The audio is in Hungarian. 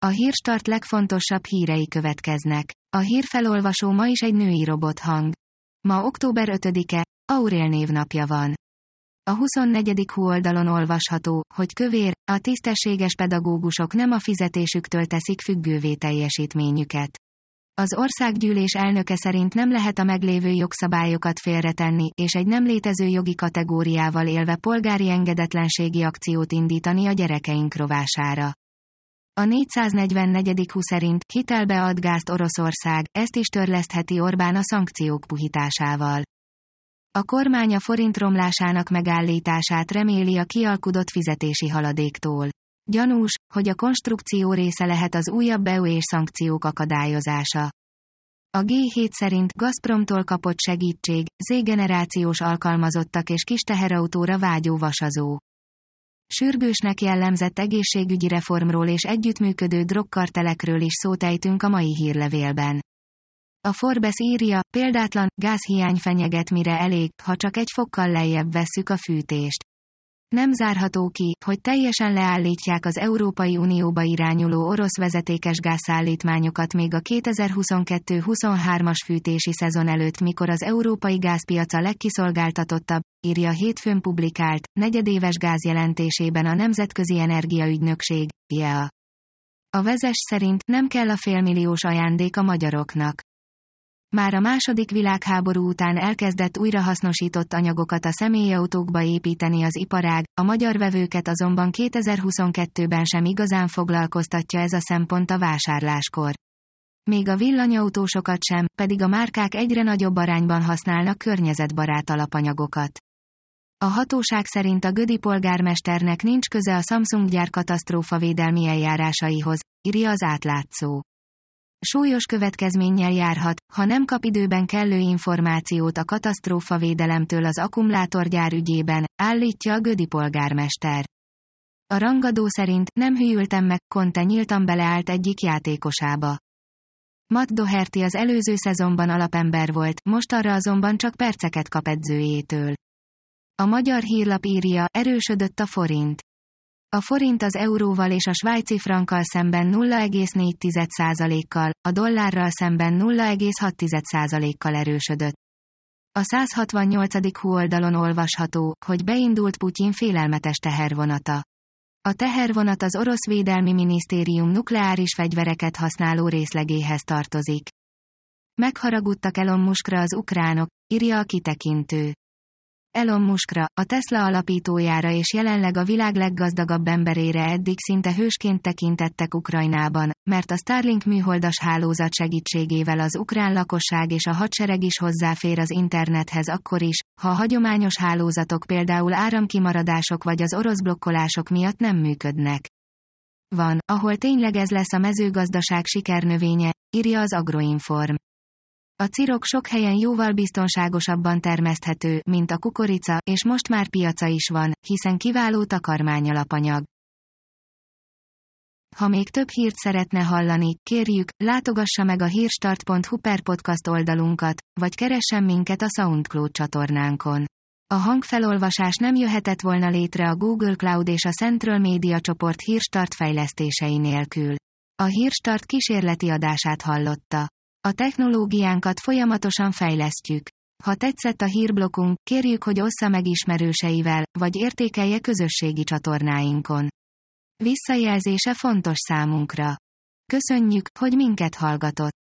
A Hírstart legfontosabb hírei következnek. A hírfelolvasó ma is egy női robothang. Ma október 5-e, Aurél névnapja van. A 24. hú oldalon olvasható, hogy kövér, a tisztességes pedagógusok nem a fizetésüktől teszik függővé teljesítményüket. Az országgyűlés elnöke szerint nem lehet a meglévő jogszabályokat félretenni, és egy nem létező jogi kategóriával élve polgári engedetlenségi akciót indítani a gyerekeink rovására. A 444. hú szerint hitelbe ad gázt Oroszország, ezt is törlesztheti Orbán a szankciók puhításával. A kormány a forint romlásának megállítását reméli a kialkudott fizetési haladéktól. Gyanús, hogy a konstrukció része lehet az újabb EU és szankciók akadályozása. A G7 szerint Gazpromtól kapott segítség, Z-generációs alkalmazottak és kis teherautóra vágyó vasazó. Sürgősnek jellemzett egészségügyi reformról és együttműködő drogkartelekről is szót ejtünk a mai hírlevélben. A Forbes írja, példátlan, gázhiány fenyeget, mire elég, ha csak egy fokkal lejjebb vesszük a fűtést. Nem zárható ki, hogy teljesen leállítják az Európai Unióba irányuló orosz vezetékes gázszállítmányokat még a 2022-23-as fűtési szezon előtt, mikor az európai gázpiac a legkiszolgáltatottabb, írja a hétfőn publikált, negyedéves gázjelentésében a Nemzetközi Energiaügynökség, IEA. A Vezes szerint nem kell a félmilliós ajándék a magyaroknak. Már a második világháború után elkezdett újrahasznosított anyagokat a személyautókba építeni az iparág, a magyar vevőket azonban 2022-ben sem igazán foglalkoztatja ez a szempont a vásárláskor. Még a villanyautósokat sem, pedig a márkák egyre nagyobb arányban használnak környezetbarát alapanyagokat. A hatóság szerint a gödi polgármesternek nincs köze a Samsung gyár katasztrófavédelmi eljárásaihoz, írja az Átlátszó. Súlyos következménnyel járhat, ha nem kap időben kellő információt a katasztrófavédelemtől az akkumulátorgyár ügyében, állítja a gödi polgármester. A rangadó szerint nem hűltem meg, Conte nyíltan beleállt egyik játékosába. Matt Doherty az előző szezonban alapember volt, most arra azonban csak perceket kap edzőjétől. A Magyar Hírlap írja, erősödött a forint. A forint az euróval és a svájci frankkal szemben 0,4%-kal, a dollárral szemben 0,6%-kal erősödött. A 168. hú oldalon olvasható, hogy beindult Putyin félelmetes tehervonata. A tehervonat az orosz védelmi minisztérium nukleáris fegyvereket használó részlegéhez tartozik. Megharagudtak Elon Muskra az ukránok, írja a kitekintő. Elon Muskra, a Tesla alapítójára és jelenleg a világ leggazdagabb emberére eddig szinte hősként tekintettek Ukrajnában, mert a Starlink műholdas hálózat segítségével az ukrán lakosság és a hadsereg is hozzáfér az internethez akkor is, ha a hagyományos hálózatok például áramkimaradások vagy az orosz blokkolások miatt nem működnek. Van, ahol tényleg ez lesz a mezőgazdaság sikernövénye, írja az Agroinform. A cirok sok helyen jóval biztonságosabban termeszthető, mint a kukorica, és most már piaca is van, hiszen kiváló takarmányalapanyag. Ha még több hírt szeretne hallani, kérjük, látogassa meg a hírstart.hu per podcast oldalunkat, vagy keressen minket a SoundCloud csatornánkon. A hangfelolvasás nem jöhetett volna létre a Google Cloud és a Central Media csoport Hírstart fejlesztései nélkül. A Hírstart kísérleti adását hallotta. A technológiánkat folyamatosan fejlesztjük. Ha tetszett a hírblokkunk, kérjük, hogy ossza meg ismerőseivel, vagy értékelje közösségi csatornáinkon. Visszajelzése fontos számunkra. Köszönjük, hogy minket hallgatott!